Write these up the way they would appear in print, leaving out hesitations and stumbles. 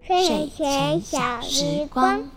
睡前小时光。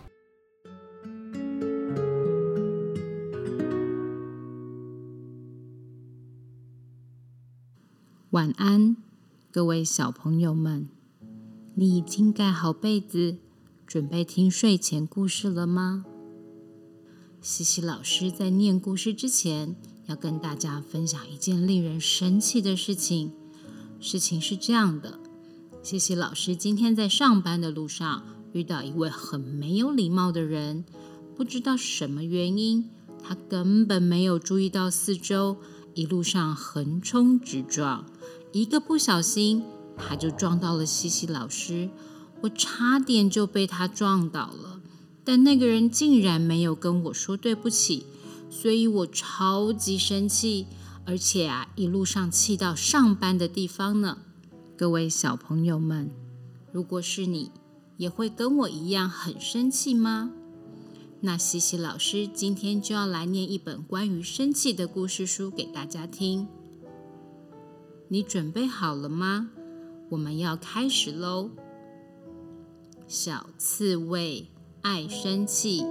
晚安，各位小朋友们，你已经盖好被子，准备听睡前故事了吗？西西老师在念故事之前，要跟大家分享一件令人生气的事情。事情是这样的，西西老师今天在上班的路上遇到一位很没有礼貌的人，不知道什么原因，他根本没有注意到四周，一路上横冲直撞，一个不小心他就撞到了西西老师，我差点就被他撞倒了，但那个人竟然没有跟我说对不起，所以我超级生气，而且一路上气到上班的地方呢。各位小朋友们，如果是你，也会跟我一样很生气吗？那西西老师今天就要来念一本关于生气的故事书给大家听。你准备好了吗？我们要开始咯。小刺猬爱生气。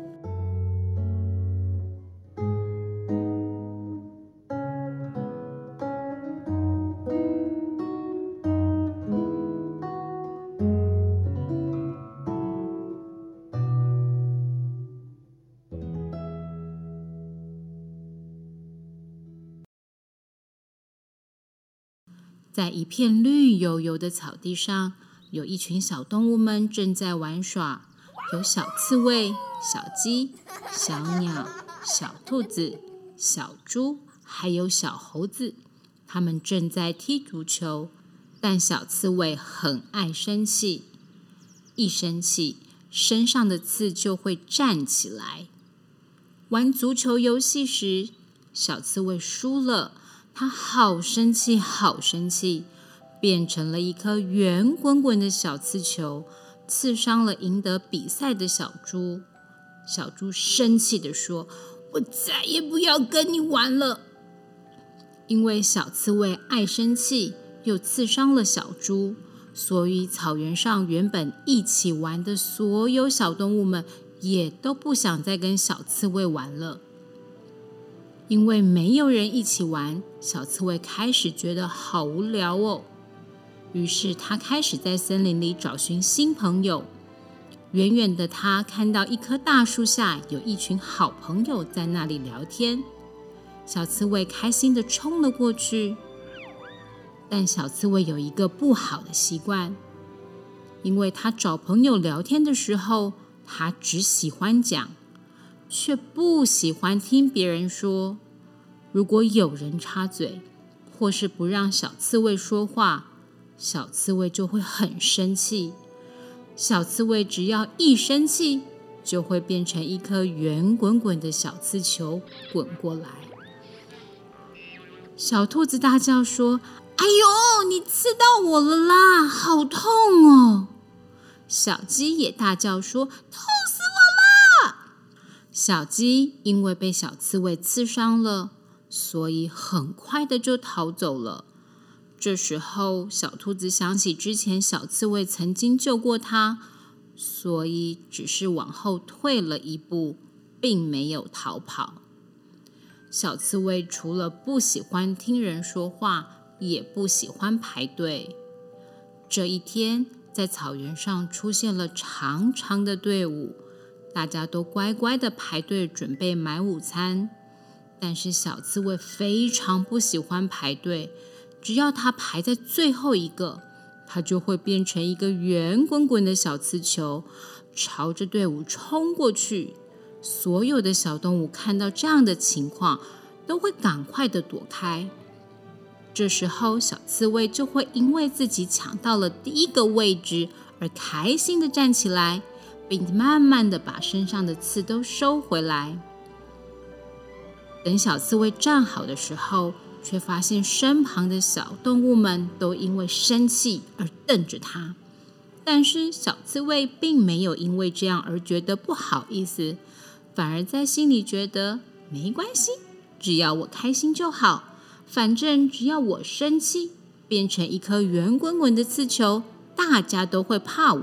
在一片绿油油的草地上，有一群小动物们正在玩耍，有小刺猬、小鸡、小鸟、小兔子、小猪，还有小猴子。它们正在踢足球，但小刺猬很爱生气，一生气，身上的刺就会站起来。玩足球游戏时，小刺猬输了，他好生气，好生气，变成了一颗圆滚滚的小刺球，刺伤了赢得比赛的小猪。小猪生气地说：“我再也不要跟你玩了。”因为小刺猬爱生气，又刺伤了小猪，所以草原上原本一起玩的所有小动物们也都不想再跟小刺猬玩了。因为没有人一起玩，小刺猬开始觉得好无聊哦。于是他开始在森林里找寻新朋友。远远的他看到一棵大树下有一群好朋友在那里聊天，小刺猬开心地冲了过去。但小刺猬有一个不好的习惯，因为他找朋友聊天的时候，他只喜欢讲，却不喜欢听别人说。如果有人插嘴，或是不让小刺猬说话，小刺猬就会很生气。小刺猬只要一生气，就会变成一颗圆滚滚的小刺球滚过来。小兔子大叫说：“哎呦，你刺到我了啦，好痛哦！”小鸡也大叫说：“痛死我了！”小鸡因为被小刺猬刺伤了，所以很快的就逃走了。这时候，小兔子想起之前小刺猬曾经救过它，所以只是往后退了一步，并没有逃跑。小刺猬除了不喜欢听人说话，也不喜欢排队。这一天，在草原上出现了长长的队伍，大家都乖乖的排队准备买午餐。但是小刺猬非常不喜欢排队，只要它排在最后一个，它就会变成一个圆滚滚的小刺球，朝着队伍冲过去。所有的小动物看到这样的情况，都会赶快的躲开。这时候，小刺猬就会因为自己抢到了第一个位置而开心的站起来，并慢慢的把身上的刺都收回来。等小刺猬站好的时候，却发现身旁的小动物们都因为生气而瞪着它。但是小刺猬并没有因为这样而觉得不好意思，反而在心里觉得没关系，只要我开心就好，反正只要我生气，变成一颗圆滚滚的刺球，大家都会怕我，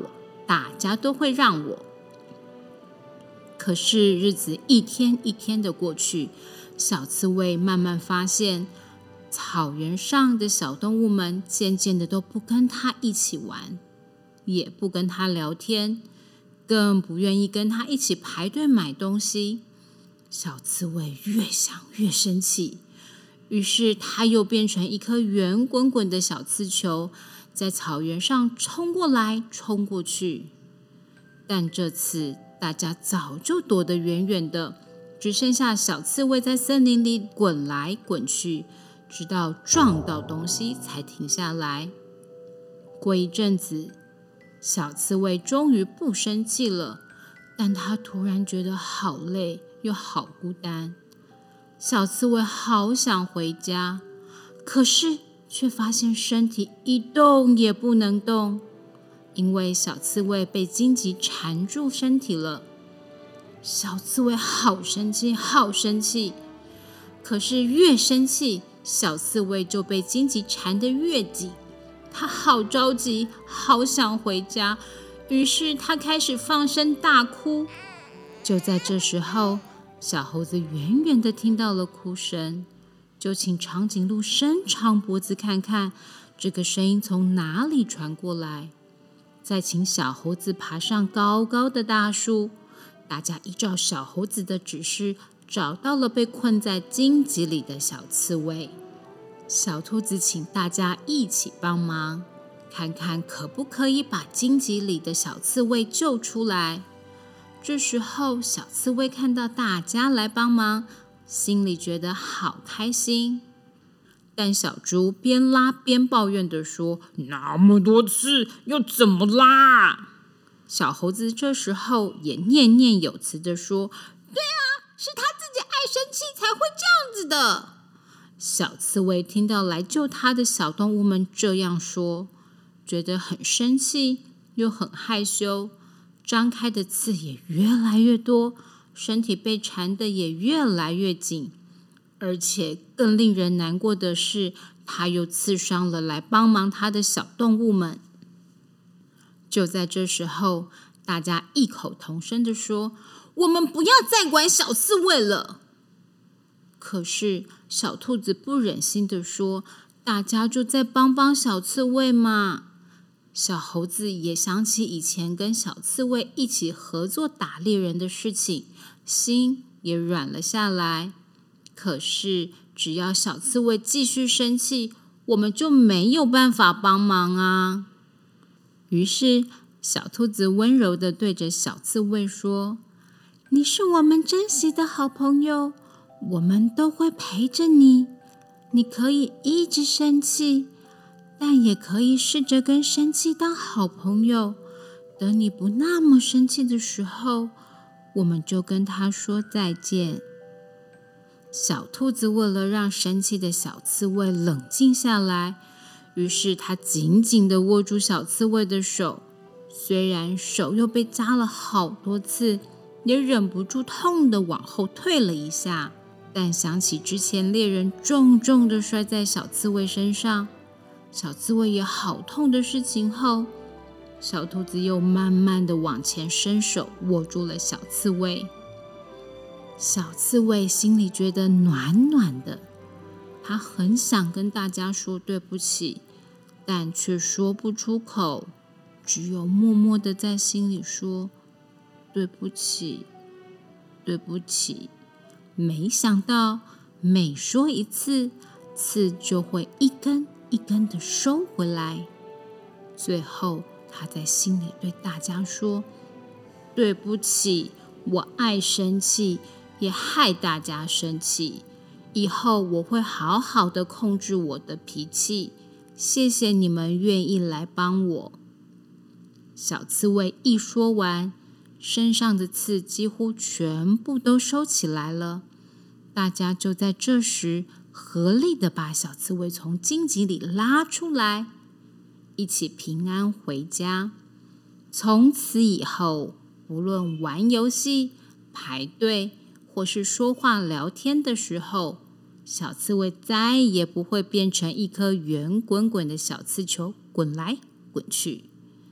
大家都会让我。可是日子一天一天的过去，小刺猬慢慢发现，草原上的小动物们渐渐的都不跟它一起玩，也不跟它聊天，更不愿意跟它一起排队买东西。小刺猬越想越生气，于是它又变成一颗圆滚滚的小刺球，在草原上冲过来冲过去。但这次大家早就躲得远远的，只剩下小刺猬在森林里滚来滚去，直到撞到东西才停下来。过一阵子，小刺猬终于不生气了，但它突然觉得好累又好孤单。小刺猬好想回家，可是却发现身体一动也不能动，因为小刺猬被荆棘缠住身体了。小刺猬好生气，好生气，可是越生气，小刺猬就被荆棘缠得越紧。它好着急，好想回家，于是它开始放声大哭。就在这时候，小猴子远远地听到了哭声，就请长颈鹿伸长脖子看看这个声音从哪里传过来。再请小猴子爬上高高的大树，大家依照小猴子的指示，找到了被困在荆棘里的小刺猬。小兔子请大家一起帮忙，看看可不可以把荆棘里的小刺猬救出来。这时候，小刺猬看到大家来帮忙，心里觉得好开心。但小猪边拉边抱怨地说：“那么多刺，又怎么拉？”小猴子这时候也念念有词地说：“对啊，是他自己爱生气才会这样子的。”小刺猬听到来救他的小动物们这样说，觉得很生气，又很害羞，张开的刺也越来越多，身体被缠得也越来越紧。而且更令人难过的是，他又刺伤了来帮忙他的小动物们。就在这时候，大家异口同声地说：“我们不要再管小刺猬了。”可是小兔子不忍心地说：“大家就再帮帮小刺猬嘛。”小猴子也想起以前跟小刺猬一起合作打猎人的事情，心也软了下来。可是只要小刺猬继续生气，我们就没有办法帮忙啊。于是小兔子温柔地对着小刺猬说：“你是我们珍惜的好朋友，我们都会陪着你。你可以一直生气，但也可以试着跟生气当好朋友。等你不那么生气的时候，我们就跟他说再见。”小兔子为了让生气的小刺猬冷静下来，于是它紧紧地握住小刺猬的手，虽然手又被扎了好多次，也忍不住痛地往后退了一下。但想起之前猎人重重地摔在小刺猬身上，小刺猬也好痛的事情后，小兔子又慢慢地往前伸手握住了小刺猬。小刺猬心里觉得暖暖的，它很想跟大家说对不起，但却说不出口，只有默默地在心里说对不起，对不起。没想到每说一次，刺就会一根一根的收回来。最后他在心里对大家说：“对不起，我爱生气，也害大家生气。以后我会好好的控制我的脾气。谢谢你们愿意来帮我。”小刺猬一说完，身上的刺几乎全部都收起来了。大家就在这时合力的把小刺猬从荆棘里拉出来，一起平安回家。从此以后，无论玩游戏、排队或是说话聊天的时候，小刺猬再也不会变成一颗圆滚滚的小刺球，滚来滚去。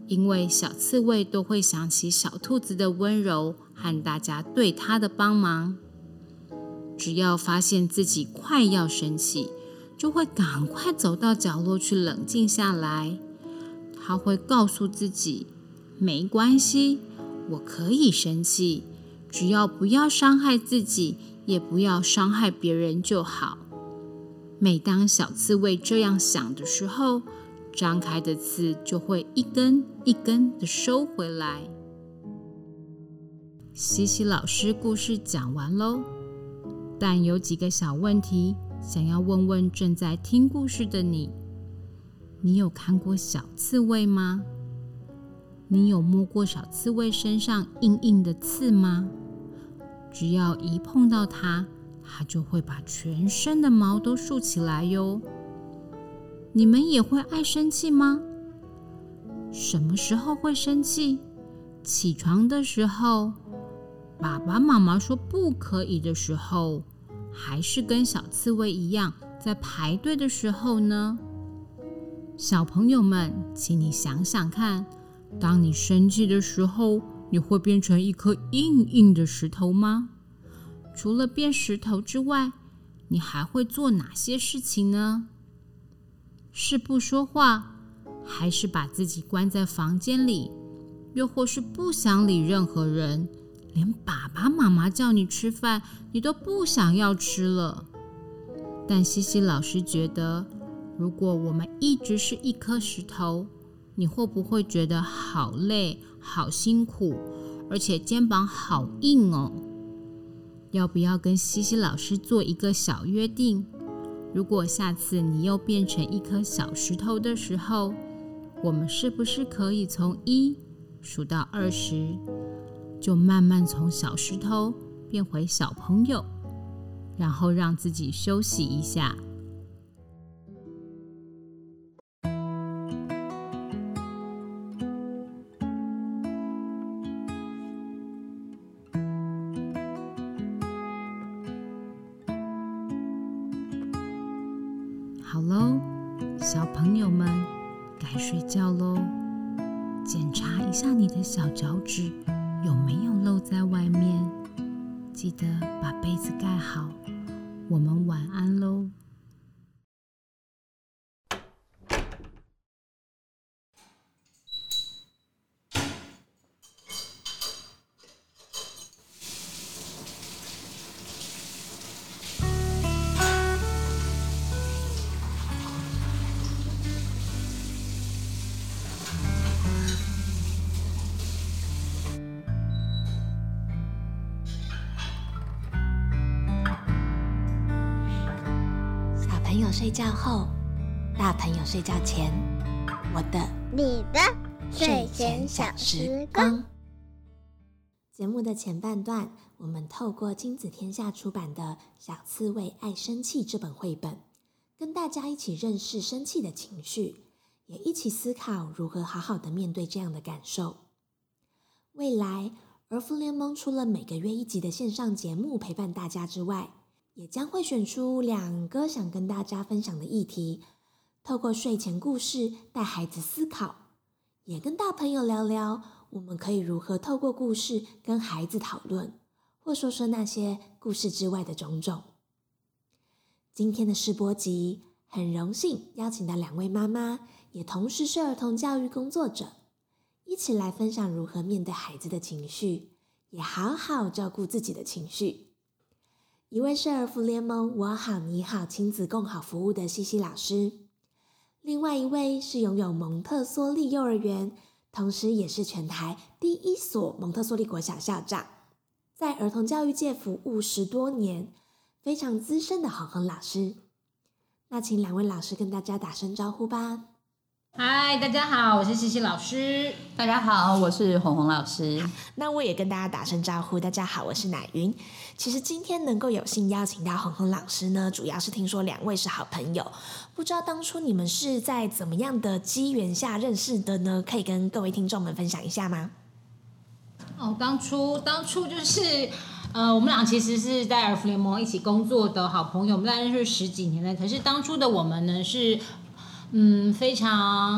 因为小刺猬都会想起小兔子的温柔和大家对它的帮忙。只要发现自己快要生气，就会赶快走到角落去冷静下来。它会告诉自己，没关系，我可以生气，只要不要伤害自己，也不要伤害别人就好。每当小刺猬这样想的时候，张开的刺就会一根一根的收回来。西西老师故事讲完咯，但有几个小问题想要问问正在听故事的你。你有看过小刺猬吗？你有摸过小刺猬身上硬硬的刺吗？只要一碰到它，它就会把全身的毛都竖起来哟。你们也会爱生气吗？什么时候会生气？起床的时候，爸爸妈妈说不可以的时候，还是跟小刺猬一样在排队的时候呢？小朋友们，请你想想看，当你生气的时候，你会变成一颗硬硬的石头吗？除了变石头之外，你还会做哪些事情呢？是不说话，还是把自己关在房间里，又或是不想理任何人，连爸爸妈妈叫你吃饭，你都不想要吃了。但西西老师觉得，如果我们一直是一颗石头，你会不会觉得好累、好辛苦，而且肩膀好硬哦？要不要跟西西老师做一个小约定？如果下次你又变成一颗小石头的时候，我们是不是可以从1数到20，就慢慢从小石头变回小朋友，然后让自己休息一下。好咯，小朋友们，该睡觉咯。检查一下你的小脚趾有没有露在外面，记得把被子盖好。我们晚安咯。 小朋友睡觉后，大朋友睡觉前，我的、 你的睡前小时光。 节目的前半段，我们透过亲子天下出版的《小刺猬爱生气》这本绘本，跟大家一起认识生气的情绪，也一起思考如何好好的面对这样的感受。未来，儿福联盟除了每个月1集的线上节目陪伴大家之外，也将会选出2个想跟大家分享的议题，透过睡前故事带孩子思考，也跟大朋友聊聊我们可以如何透过故事跟孩子讨论，或说说那些故事之外的种种。今天的试播集，很荣幸邀请到2位妈妈，也同时是儿童教育工作者，一起来分享如何面对孩子的情绪，也好好照顾自己的情绪。一位是儿福联盟我好你好亲子共好服务的西西老师，另外一位是拥有蒙特梭利幼儿园，同时也是全台第1所蒙特梭利国小校长，在儿童教育界服务10多年，非常资深的红红老师。那请2位老师跟大家打声招呼吧。 嗨，大家好，我是西西老师。 大家好，我是红红老师。 那我也跟大家打声招呼，大家好，我是乃云。其实今天能够有幸邀请到红红老师呢，主要是听说2位是好朋友，不知道当初你们是在怎么样的机缘下认识的呢？可以跟各位听众们分享一下吗？ 当初就是我们俩其实是在儿福联盟一起工作的好朋友，我们大概认识10几年了。可是当初的我们呢是非常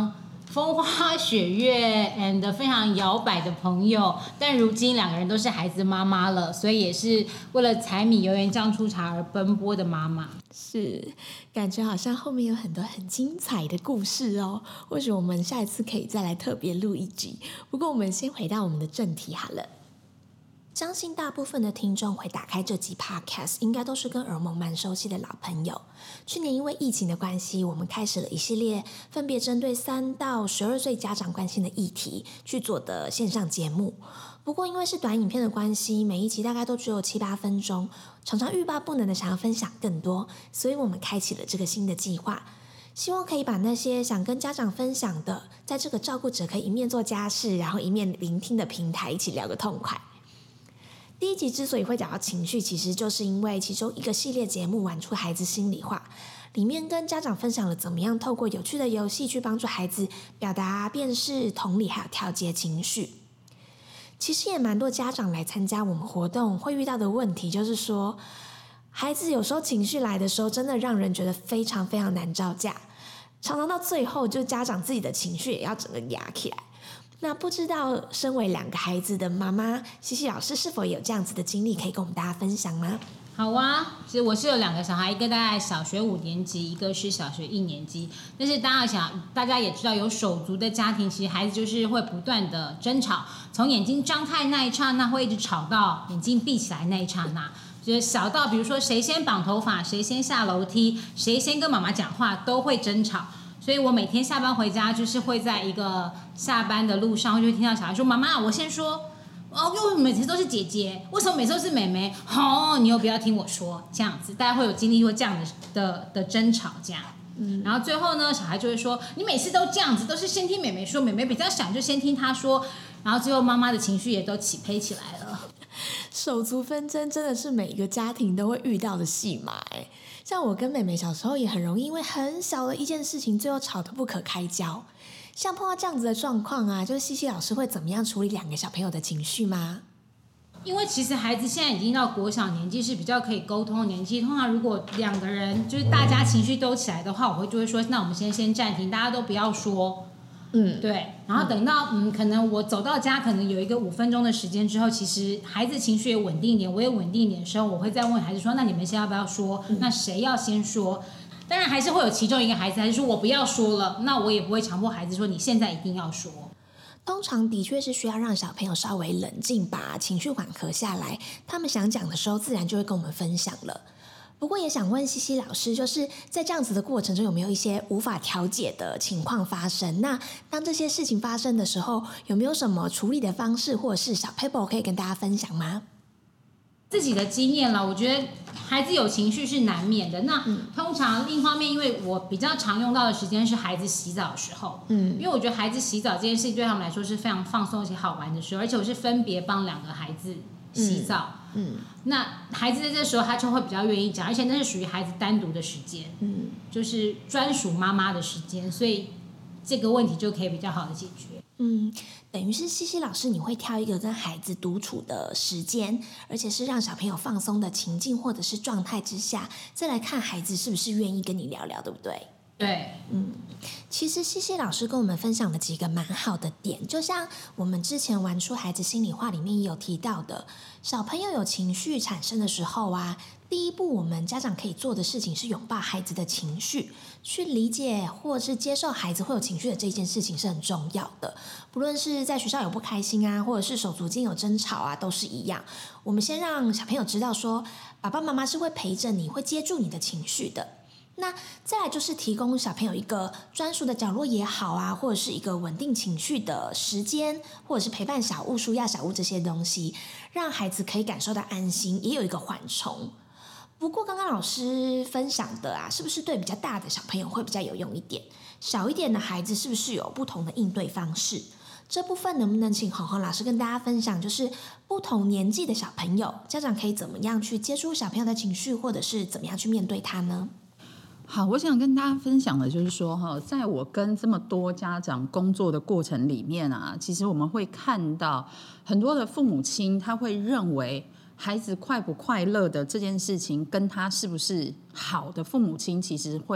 风花雪月 and 非常摇摆的朋友，但如今两个人都是孩子妈妈了，所以也是为了柴米油盐酱醋茶而奔波的妈妈。 是，感觉好像后面有很多很精彩的故事哦。或许我们下一次可以再来特别录一集。不过我们先回到我们的正题好了。相信大部分的听众会打开这集 podcast， 应该都是跟儿萌蛮熟悉的老朋友。去年因为疫情的关系，我们开始了一系列分别针对3到12岁家长关心的议题去做的线上节目。不过因为是短影片的关系，每一集大概都只有7-8分钟，常常欲罢不能的想要分享更多，所以我们开启了这个新的计划。希望可以把那些想跟家长分享的，在这个照顾者可以一面做家事，然后一面聆听的平台一起聊个痛快。第一集之所以会讲到情绪，其实就是因为其中一个系列节目玩出孩子心里话，里面跟家长分享了怎么样透过有趣的游戏去帮助孩子表达、辨识、同理还有调节情绪。其实也蛮多家长来参加我们活动会遇到的问题，就是说孩子有时候情绪来的时候，真的让人觉得非常非常难招架，常常到最后就家长自己的情绪也要整个压起来。那不知道身为2个孩子的妈妈，西西老师是否有这样子的经历可以跟我们大家分享吗？ 好啊，其实我是有2个小孩，一个大概小学5年级，一个是小学1年级。但是大家也知道，有手足的家庭，其实孩子就是会不断的争吵，从眼睛张开那一刹那，会一直吵到眼睛闭起来那一刹那。就是小到比如说谁先绑头发，谁先下楼梯，谁先跟妈妈讲话，都会争吵。所以我每天下班回家，就是会在一个下班的路上，就会听到小孩说：“妈妈，我先说。”哦，因为每次都是姐姐，为什么每次都是妹妹？哦，你又不要听我说，这样子，大家会有经历过这样的争吵，这样。然后最后呢，小孩就会说：“你每次都这样子，都是先听妹妹说，妹妹比较想就先听她说。”然后最后妈妈的情绪也都起飞起来了。 手足纷争真的是每一个家庭都会遇到的戏码哎。像我跟妹妹小时候也很容易因为很小的一件事情，最后吵得不可开交。像碰到这样子的状况啊，就是西西老师会怎么样处理2个小朋友的情绪吗？ 因为其实孩子现在已经到国小年纪，是比较可以沟通的年纪。通常如果2个人就是大家情绪都起来的话，我就会说，那我们先暂停，大家都不要说。对。然后等到可能我走到家，可能有一个5分钟的时间之后，其实孩子情绪也稳定一点，我也稳定一点的时候，我会再问孩子说，那你们先要不要说？那谁要先说？当然还是会有其中一个孩子还是说我不要说了，那我也不会强迫孩子说你现在一定要说。 通常的确是需要让小朋友稍微冷静，把情绪缓和下来，他们想讲的时候自然就会跟我们分享了。不过也想问西西老师，就是在这样子的过程中有没有一些无法调解的情况发生？那当这些事情发生的时候，有没有什么处理的方式或者是小 paper 可以跟大家分享吗？ 自己的经验啦，我觉得孩子有情绪是难免的。那通常另一方面，因为我比较常用到的时间是孩子洗澡的时候，因为我觉得孩子洗澡这件事情对他们来说是非常放松而且好玩的时候，而且我是分别帮2个孩子洗澡。那孩子在这时候他就会比较愿意讲，而且那是属于孩子单独的时间，就是专属妈妈的时间，所以这个问题就可以比较好的解决。 等于是西西老师，你会挑一个跟孩子独处的时间，而且是让小朋友放松的情境或者是状态之下，再来看孩子是不是愿意跟你聊聊，对不对？ 对， 其实西西老师跟我们分享了几个蛮好的点，就像我们之前玩出孩子心里话里面也有提到的，小朋友有情绪产生的时候啊，第一步我们家长可以做的事情是拥抱孩子的情绪，去理解或者是接受孩子会有情绪的这件事情是很重要的。不论是在学校有不开心啊，或者是手足间有争吵啊，都是一样。我们先让小朋友知道说，爸爸妈妈是会陪着你，会接住你的情绪的。那再来就是提供小朋友一个专属的角落也好啊，或者是一个稳定情绪的时间，或者是陪伴小物、舒压小物这些东西，让孩子可以感受到安心，也有一个缓冲。不过刚刚老师分享的啊，是不是对比较大的小朋友会比较有用一点？小一点的孩子是不是有不同的应对方式？这部分能不能请红红老师跟大家分享，就是不同年纪的小朋友，家长可以怎么样去接触小朋友的情绪，或者是怎么样去面对他呢？ 好，我想跟大家分享的就是说，在我跟这么多家长工作的过程里面啊，其实我们会看到很多的父母亲，他会认为孩子快不快乐的这件事情，跟他是不是好的父母亲其实会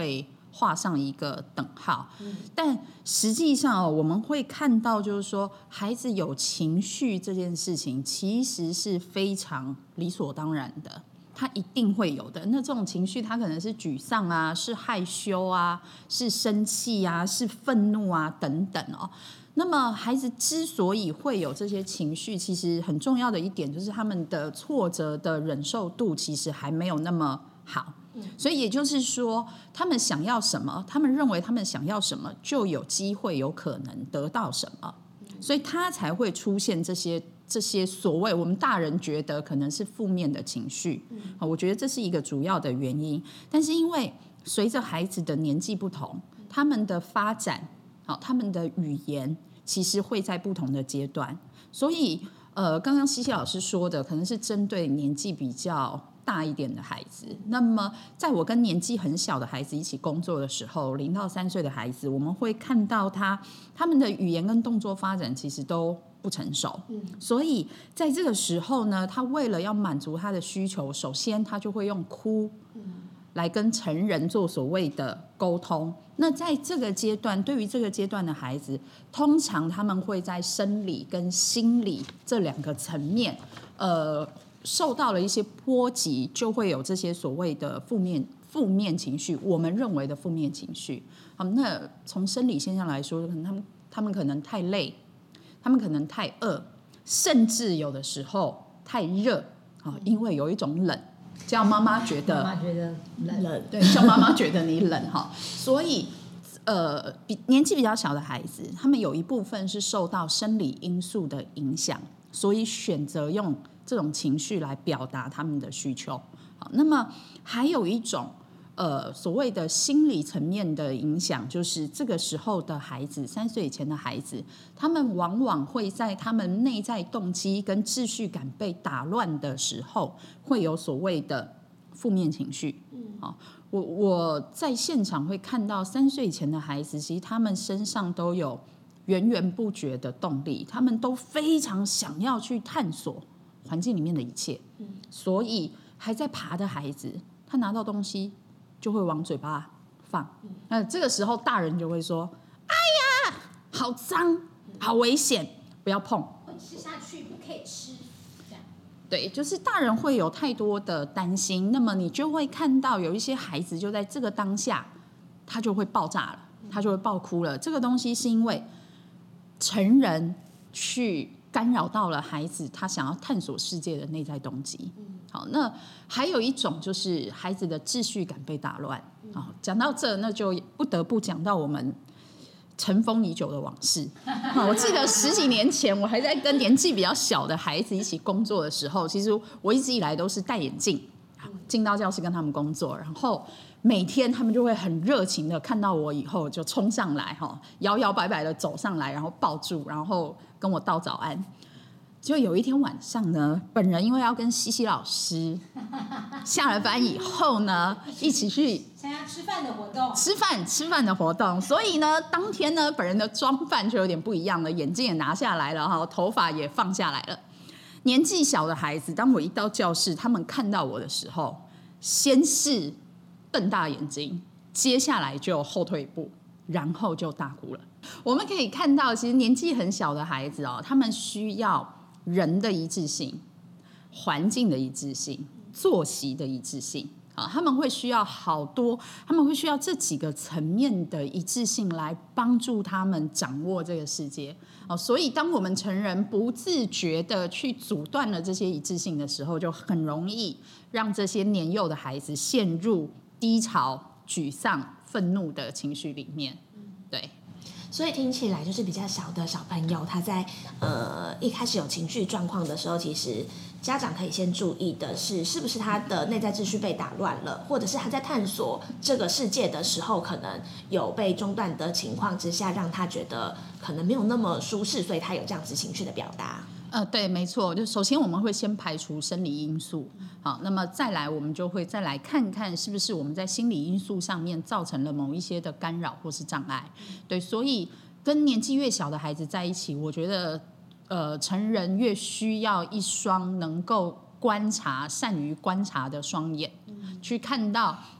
画上一个等号。但实际上我们会看到，就是说孩子有情绪这件事情，其实是非常理所当然的。他一定会有的。那这种情绪，他可能是沮丧啊，是害羞啊，是生气啊，是愤怒啊等等哦。那么孩子之所以会有这些情绪，其实很重要的一点就是他们的挫折的忍受度其实还没有那么好。所以也就是说，他们想要什么，他们认为他们想要什么，就有机会有可能得到什么，所以他才会出现这些所谓我们大人觉得可能是负面的情绪。我觉得这是一个主要的原因。但是因为随着孩子的年纪不同，他们的发展，他们的语言其实会在不同的阶段，所以刚刚西西老师说的可能是针对年纪比较大一点的孩子。那么在我跟年纪很小的孩子一起工作的时候，0到3岁的孩子，我们会看到他们的语言跟动作发展其实都不成熟，所以在这个时候呢，他为了要满足他的需求，首先他就会用哭来跟成人做所谓的沟通。那在这个阶段，对于这个阶段的孩子，通常他们会在生理跟心理这2个层面受到了一些波及，就会有这些所谓的负面情绪，我们认为的负面情绪。那从生理现象来说，他们可能太累，他们可能太饿，甚至有的时候太热，因为有一种冷，叫妈妈觉得冷，对，叫妈妈觉得你冷哈。所以年纪比较小的孩子，他们有一部分是受到生理因素的影响，所以选择用这种情绪来表达他们的需求。好，那么还有一种所谓的心理层面的影响，就是这个时候的孩子，3岁以前的孩子，他们往往会在他们内在动机跟秩序感被打乱的时候，会有所谓的负面情绪。我在现场会看到3岁以前的孩子，其实他们身上都有源源不绝的动力，他们都非常想要去探索环境里面的一切。所以还在爬的孩子，他拿到东西就会往嘴巴放。那这个时候大人就会说：“哎呀，好脏，好危险，不要碰， 会吃下去，不可以吃。”这样， 对，就是大人会有太多的担心，那么你就会看到有一些孩子就在这个当下，他就会爆炸了，他就会爆哭了。这个东西是因为成人去干扰到了孩子他想要探索世界的内在动机。好，那还有一种就是孩子的秩序感被打乱。讲到这，那就不得不讲到我们尘封已久的往事。我记得10几年前，我还在跟年纪比较小的孩子一起工作的时候，其实我一直以来都是戴眼镜进到教室跟他们工作，然后每天他们就会很热情的看到我以后就冲上来，摇摇摆摆的走上来，然后抱住，然后跟我道早安。就有一天晚上呢，本人因为要跟西西老师下了班以后呢，一起去参加吃饭的活动， 吃饭的活动，所以呢，当天呢，本人的装扮就有点不一样了，眼镜也拿下来了，头发也放下来了。年纪小的孩子，当我一到教室，他们看到我的时候，先是瞪大眼睛，接下来就后退一步，然后就大哭了。我们可以看到，其实年纪很小的孩子他们需要人的一致性、环境的一致性、作息的一致性。他们会需要他们会需要这几个层面的一致性来帮助他们掌握这个世界。所以当我们成人不自觉的去阻断了这些一致性的时候，就很容易让这些年幼的孩子陷入低潮、沮丧、愤怒的情绪里面。对， 所以听起来就是比较小的小朋友，他在一开始有情绪状况的时候，其实家长可以先注意的是不是他的内在秩序被打乱了，或者是他在探索这个世界的时候，可能有被中断的情况之下，让他觉得可能没有那么舒适，所以他有这样子情绪的表达。 对，没错。就首先我们会先排除生理因素，好，那么再来我们就会再来看看是不是我们在心理因素上面造成了某一些的干扰或是障碍。对，所以跟年纪越小的孩子在一起，我觉得成人越需要一双能够善于观察的双眼，去看到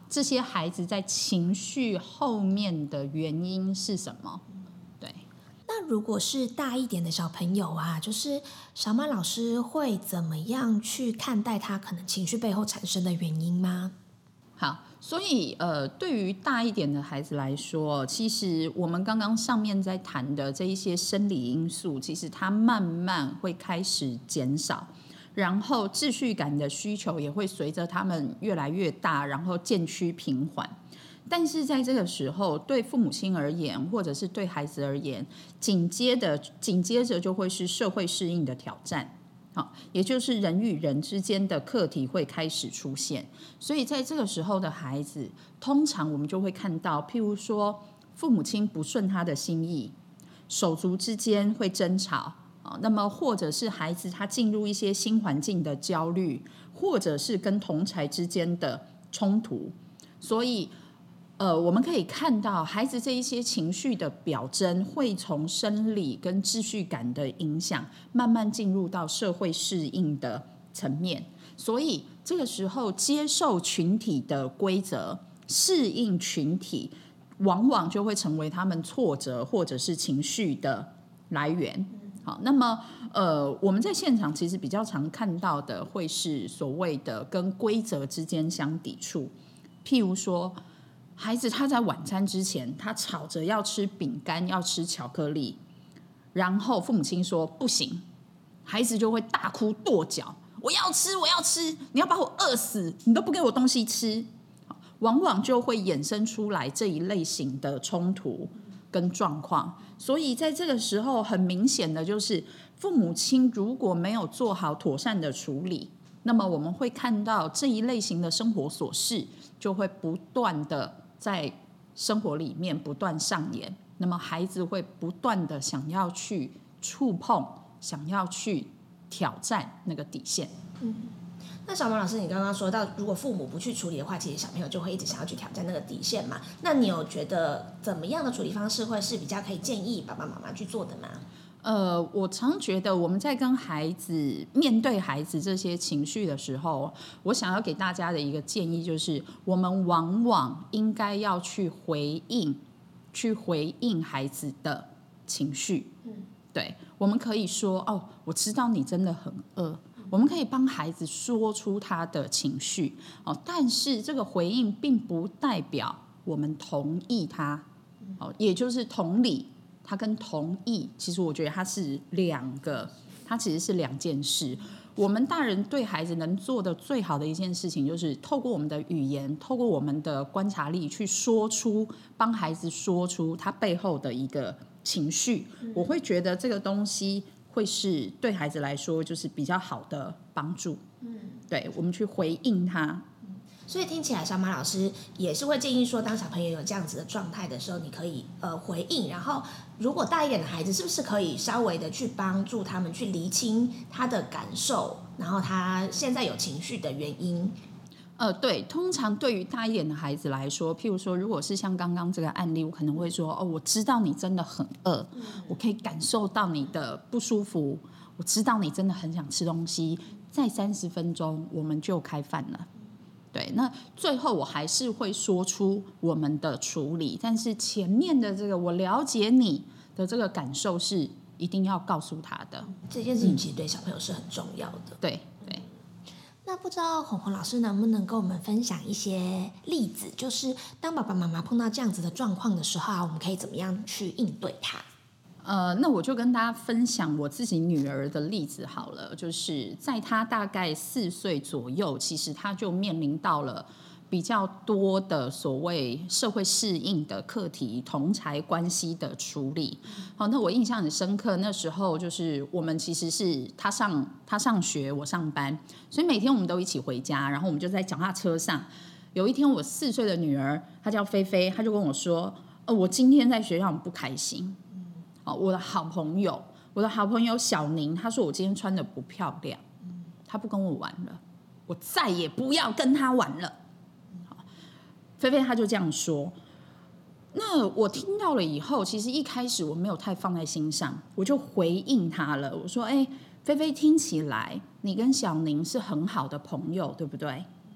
这些孩子在情绪后面的原因是什么。对， 那如果是大一点的小朋友啊，就是小马老师会怎么样去看待他可能情绪背后产生的原因吗？ 好，所以对于大一点的孩子来说，其实我们刚刚上面在谈的这一些生理因素，其实它慢慢会开始减少，然后秩序感的需求也会随着他们越来越大，然后渐趋平缓。但是在这个时候，对父母亲而言，或者是对孩子而言，紧接着就会是社会适应的挑战。好，也就是人与人之间的课题会开始出现，所以在这个时候的孩子，通常我们就会看到，譬如说父母亲不顺他的心意，手足之间会争吵，那么或者是孩子他进入一些新环境的焦虑，或者是跟同侪之间的冲突，所以我们可以看到孩子这一些情绪的表征会从生理跟秩序感的影响慢慢进入到社会适应的层面，所以这个时候接受群体的规则，适应群体，往往就会成为他们挫折或者是情绪的来源。好，那么我们在现场其实比较常看到的会是所谓的跟规则之间相抵触，譬如说孩子他在晚餐之前，他吵着要吃饼干，要吃巧克力，然后父母亲说不行，孩子就会大哭跺脚，我要吃，我要吃，你要把我饿死，你都不给我东西吃，往往就会衍生出来这一类型的冲突跟状况。所以在这个时候，很明显的就是父母亲如果没有做好妥善的处理，那么我们会看到这一类型的生活琐事就会不断的在生活里面不断上演，那么孩子会不断的想要去触碰，想要去挑战那个底线。 那小马老师，你刚刚说到，如果父母不去处理的话，其实小朋友就会一直想要去挑战那个底线嘛。那你有觉得怎么样的处理方式会是比较可以建议爸爸妈妈去做的吗？ 我常觉得我们在跟孩子面对孩子这些情绪的时候，我想要给大家的一个建议就是，我们往往应该要去回应孩子的情绪。对，我们可以说哦，我知道你真的很饿。我们可以帮孩子说出他的情绪，但是这个回应并不代表我们同意他，也就是同理。它跟同意，其实我觉得它是它其实是两件事。我们大人对孩子能做的最好的一件事情，就是透过我们的语言，透过我们的观察力去帮孩子说出他背后的一个情绪。我会觉得这个东西会是对孩子来说就是比较好的帮助。对，我们去回应他。 所以听起来小马老师也是会建议说，当小朋友有这样子的状态的时候，你可以回应，然后如果大一点的孩子是不是可以稍微的去帮助他们去厘清他的感受，然后他现在有情绪的原因。 对，通常对于大一点的孩子来说，譬如说如果是像刚刚这个案例，我可能会说我知道你真的很饿，我可以感受到你的不舒服，我知道你真的很想吃东西，再30分钟我们就开饭了。对，那最后我还是会说出我们的处理，但是前面的这个我了解你的这个感受是一定要告诉他的。 这件事情其实对小朋友是很重要的。 对。 那不知道红红老师能不能跟我们分享一些例子，就是当爸爸妈妈碰到这样子的状况的时候我们可以怎么样去应对它？ 那我就跟大家分享我自己女儿的例子好了，就是在她大概4岁左右，其实她就面临到了比较多的所谓社会适应的课题，同侪关系的处理。好，那我印象很深刻，那时候就是我们其实是她上学，我上班，所以每天我们都一起回家，然后我们就在脚踏车上。有一天我4岁的女儿，她叫菲菲，她就跟我说，我今天在学校很不开心。我的好朋友小宁，他说我今天穿的不漂亮，他不跟我玩了，我再也不要跟他玩了。菲菲他就这样说。那我听到了以后，其实一开始我没有太放在心上，我就回应他了。我说：菲菲，听起来你跟小宁是很好的朋友，对不对？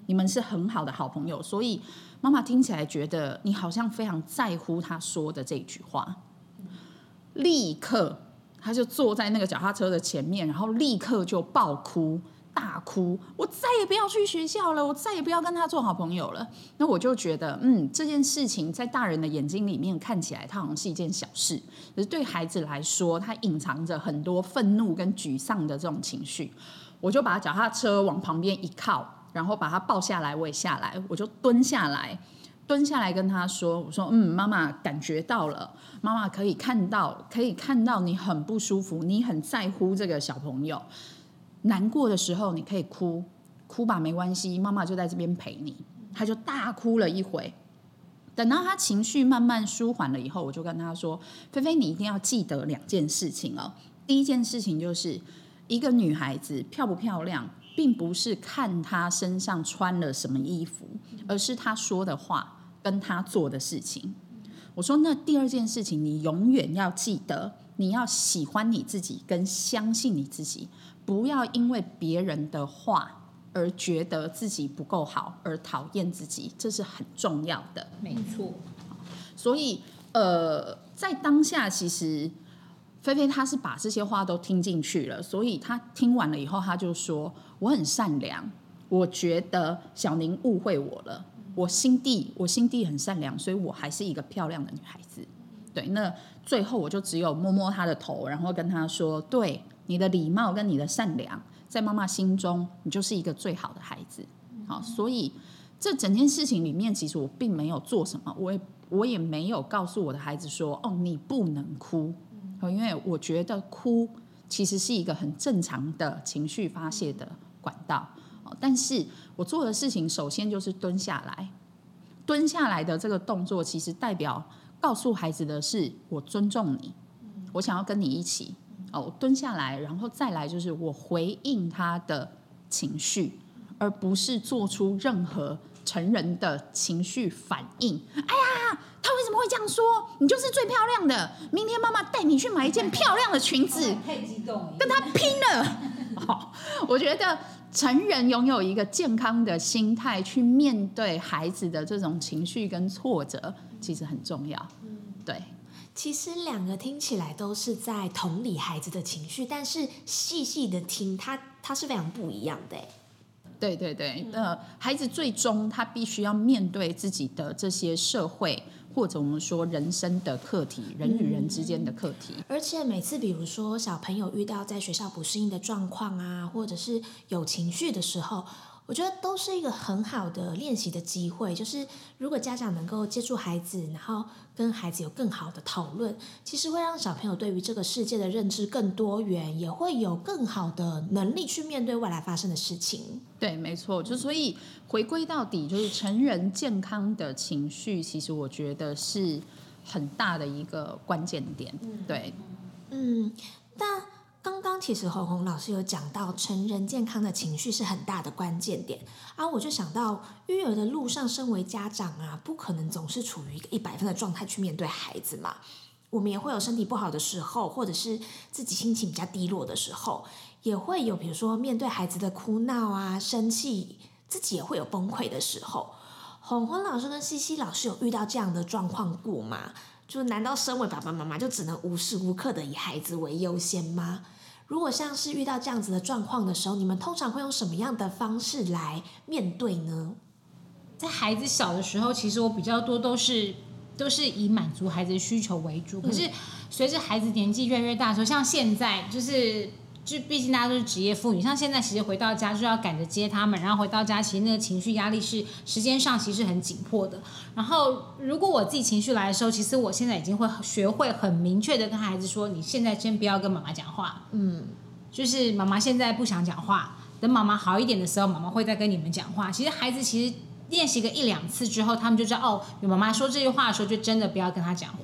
你们是很好的好朋友，所以妈妈听起来觉得你好像非常在乎他说的这句话。立刻他就坐在那个脚踏车的前面，然后立刻就爆哭大哭，我再也不要去学校了，我再也不要跟他做好朋友了。那我就觉得这件事情在大人的眼睛里面看起来它好像是一件小事，可是对孩子来说他隐藏着很多愤怒跟沮丧的这种情绪。我就把脚踏车往旁边一靠，然后把他抱下来，我也下来，我就蹲下来跟他说，我说妈妈感觉到了，妈妈可以看到你很不舒服，你很在乎这个小朋友，难过的时候你可以哭吧，没关系，妈妈就在这边陪你。他就大哭了一回，等到他情绪慢慢舒缓了以后，我就跟他说，菲菲你一定要记得2件事情哦。第一件事情就是一个女孩子漂不漂亮并不是看她身上穿了什么衣服，而是她说的话跟她做的事情。我说那第2件事情你永远要记得，你要喜欢你自己跟相信你自己，不要因为别人的话而觉得自己不够好而讨厌自己，这是很重要的。 没错。 所以在当下其实菲菲她是把这些话都听进去了，所以她听完了以后，她就说我很善良，我觉得小宁误会我了，我心地很善良，所以我还是一个漂亮的女孩子。对，那最后我就只有摸摸她的头，然后跟她说，对，你的礼貌跟你的善良在妈妈心中你就是一个最好的孩子。好，所以这整件事情里面其实我并没有做什么，我也没有告诉我的孩子说你不能哭，因为我觉得哭其实是一个很正常的情绪发泄的管道。但是我做的事情首先就是蹲下来的这个动作其实代表告诉孩子的是我尊重你，我想要跟你一起蹲下来，然后再来就是我回应他的情绪，而不是做出任何成人的情绪反应。哎呀，他为什么会这样说？你就是最漂亮的，明天妈妈带你去买一件漂亮的裙子， 太激动了， 跟他拼了。我觉得成人拥有一个健康的心态去面对孩子的这种情绪跟挫折，其实很重要。对。 其实2个听起来都是在同理孩子的情绪，但是细细的听，它是非常不一样的。 对对对，孩子最终他必须要面对自己的这些社会或者我们说人生的课题，人与人之间的课题。 而且每次比如说小朋友遇到在学校不适应的状况啊，或者是有情绪的时候，我觉得都是一个很好的练习的机会。就是如果家长能够接触孩子，然后跟孩子有更好的讨论，其实会让小朋友对于这个世界的认知更多元，也会有更好的能力去面对未来发生的事情。 对，没错，就所以回归到底，就是成人健康的情绪，其实我觉得是很大的一个关键点。对， 但刚刚其实红红老师有讲到成人健康的情绪是很大的关键点啊，我就想到育儿的路上，身为家长啊，不可能总是处于一个100分的状态去面对孩子嘛，我们也会有身体不好的时候，或者是自己心情比较低落的时候，也会有比如说面对孩子的哭闹啊、生气，自己也会有崩溃的时候。红红老师跟西西老师有遇到这样的状况过吗？就难道身为爸爸妈妈就只能无时无刻的以孩子为优先吗？如果像是遇到这样子的状况的时候，你们通常会用什么样的方式来面对呢？ 在孩子小的时候，其实我比较多都是以满足孩子的需求为主。可是随着孩子年纪越来越大的时候，像现在就毕竟大家都是职业妇女，像现在其实回到家就要赶着接他们，然后回到家其实那个情绪压力是时间上其实很紧迫的。然后如果我自己情绪来的时候，其实我现在已经会学会很明确的跟孩子说，你现在先不要跟妈妈讲话，就是妈妈现在不想讲话，等妈妈好一点的时候，妈妈会再跟你们讲话。其实孩子其实练习个1-2次之后，他们就知道有妈妈说这句话的时候，就真的不要跟他讲话。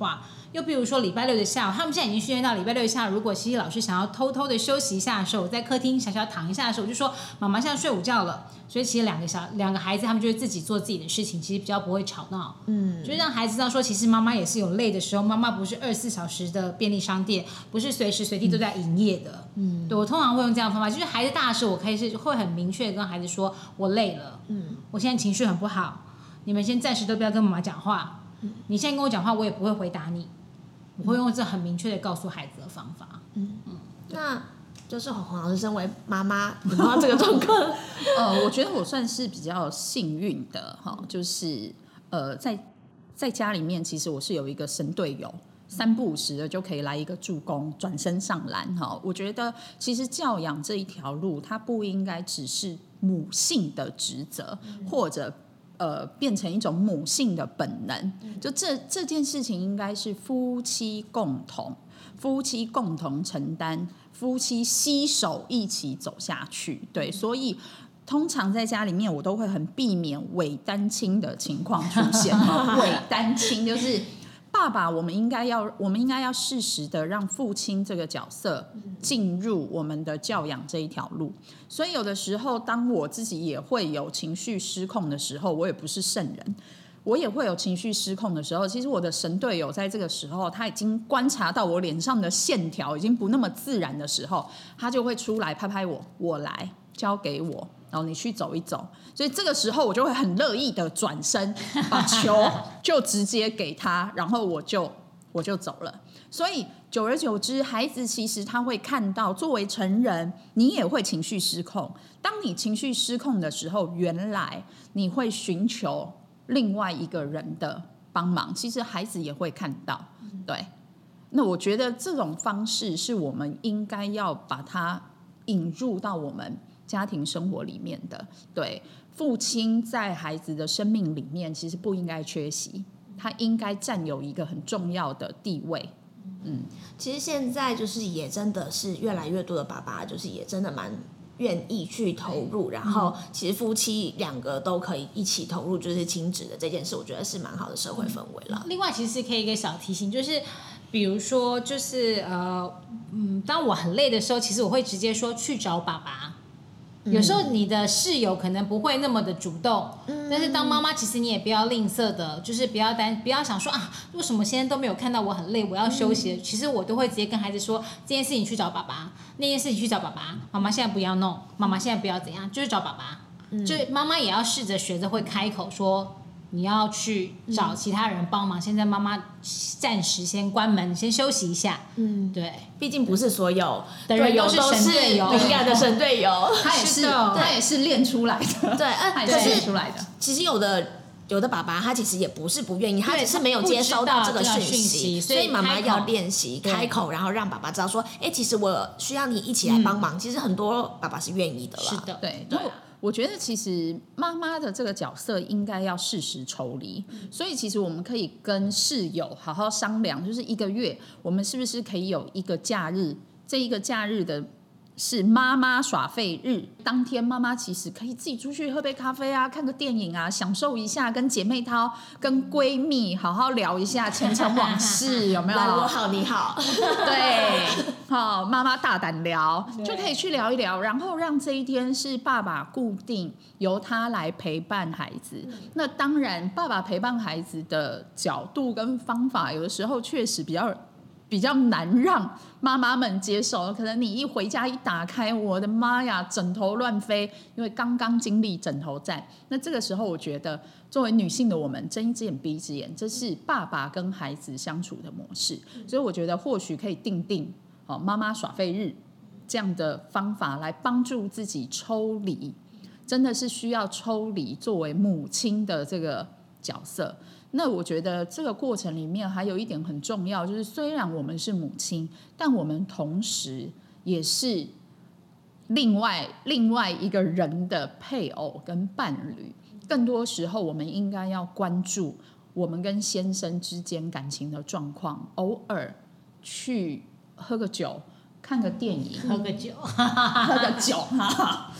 又比如说礼拜六的下午，他们现在已经训练到礼拜六的下午，如果西西老师想要偷偷的休息一下的时候，我在客厅小小躺一下的时候，我就说妈妈现在睡午觉了。所以其实两个孩子他们就会自己做自己的事情，其实比较不会吵闹。就让孩子知道说，其实妈妈也是有累的时候，妈妈不是24小时的便利商店，不是随时随地都在营业的。对，我通常会用这样的方法，就是孩子大的时候，我可以是会很明确的跟孩子说，我累了，我现在情绪很不好，你们先暂时都不要跟妈妈讲话。你现在跟我讲话，我也不会回答你，我会用这很明确的告诉孩子的方法。 那就是黄老师身为妈妈，你碰到这个状况， 我觉得我算是比较幸运的哈，就是在家里面，其实我是有一个神队友。3不5时的就可以来一个助攻，转身上篮哈。我觉得其实教养这一条路，它不应该只是母性的职责，或者变成一种母性的本能。就这件事情应该是夫妻共同承担，夫妻携手一起走下去。对，所以通常在家里面，我都会很避免伪单亲的情况出现。伪单亲就是爸爸，我们应该要适时的让父亲这个角色进入我们的教养这一条路。所以有的时候，当我自己也会有情绪失控的时候，我也不是圣人，我也会有情绪失控的时候。其实我的神队友在这个时候，他已经观察到我脸上的线条已经不那么自然的时候，他就会出来拍拍我来交给我，然后你去走一走。所以这个时候我就会很乐意的转身，把球就直接给他，然后我就走了。所以久而久之，孩子其实他会看到，作为成人，你也会情绪失控。当你情绪失控的时候，原来你会寻求另外一个人的帮忙，其实孩子也会看到。对，那我觉得这种方式是我们应该要把它引入到我们家庭生活里面的。对，父亲在孩子的生命里面其实不应该缺席，他应该占有一个很重要的地位。 其实现在就是也真的是越来越多的爸爸，就是也真的蛮愿意去投入，然后其实夫妻2个都可以一起投入，就是亲子的这件事，我觉得是蛮好的社会氛围了。 另外，其实可以一个小提醒，就是比如说，就是当我很累的时候，其实我会直接说去找爸爸。有时候你的室友可能不会那么的主动，但是当妈妈，其实你也不要吝啬的，就是不要想说啊，为什么现在都没有看到我很累，我要休息。其实我都会直接跟孩子说，这件事情去找爸爸，那件事情去找爸爸，妈妈现在不要弄，妈妈现在不要怎样，就是找爸爸。就妈妈也要试着学着会开口说，你要去找其他人帮忙。现在妈妈暂时先关门，先休息一下。对， 毕竟不是所有的人都是神队友， 敏感的神队友， 他也是练出来的。 对， 他也是练出来的。 其实有的爸爸他其实也不是不愿意，他只是没有接收到这个讯息，所以妈妈要练习开口，然后让爸爸知道说，其实我需要你一起来帮忙。其实很多爸爸是愿意的了。 是的， 对。我觉得其实妈妈的这个角色应该要适时抽离，所以其实我们可以跟室友好好商量，就是1个月我们是不是可以有一个假日，这一个假日的是妈妈耍废日，当天妈妈其实可以自己出去喝杯咖啡啊，看个电影啊，享受一下，跟姐妹淘、跟闺蜜好好聊一下前尘往事，有没有？ 来，我好你好， 对，好，妈妈大胆聊，就可以去聊一聊，然后让这一天是爸爸固定由他来陪伴孩子。那当然，爸爸陪伴孩子的角度跟方法，有的时候确实比较难让妈妈们接受，可能你一回家一打开，我的妈呀，枕头乱飞，因为刚刚经历枕头战。那这个时候，我觉得作为女性的我们，睁一只眼闭一只眼，这是爸爸跟孩子相处的模式。所以我觉得或许可以定妈妈耍废日这样的方法来帮助自己抽离，真的是需要抽离作为母亲的这个角色。那我觉得这个过程里面还有一点很重要，就是虽然我们是母亲，但我们同时也是另外一个人的配偶跟伴侣。更多时候我们应该要关注我们跟先生之间感情的状况，偶尔去喝个酒，看个电影， 喝个酒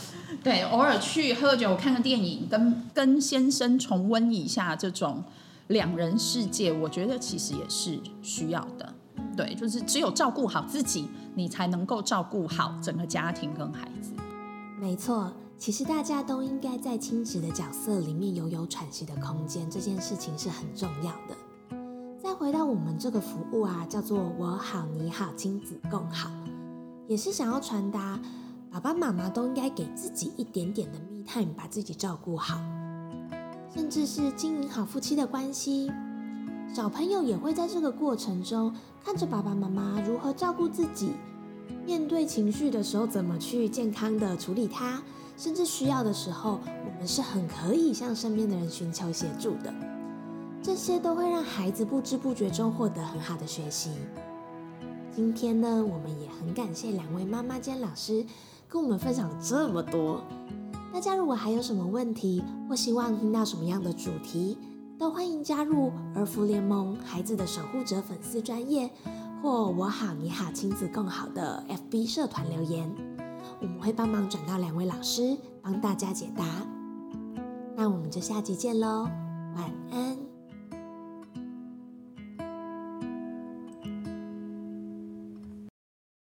对， 偶尔去喝酒看个电影，跟先生重温一下这种两人世界，我觉得其实也是需要的。对，就是只有照顾好自己，你才能够照顾好整个家庭跟孩子。 没错，其实大家都应该在亲职的角色里面有喘息的空间，这件事情是很重要的。再回到我们这个服务啊，叫做我好你好亲子共好，也是想要传达爸爸妈妈都应该给自己一点点的 me time， 把自己照顾好，甚至是经营好夫妻的关系。小朋友也会在这个过程中看着爸爸妈妈如何照顾自己，面对情绪的时候怎么去健康的处理它，甚至需要的时候我们是很可以向身边的人寻求协助的。这些都会让孩子不知不觉中获得很好的学习。今天呢，我们也很感谢2位妈妈兼老师跟我们分享这么多。大家如果还有什么问题，或希望听到什么样的主题，都欢迎加入儿福联盟孩子的守护者粉丝专页，或我好你好亲子共好的 FB 社团留言，我们会帮忙转告2位老师帮大家解答。那我们就下集见咯，晚安。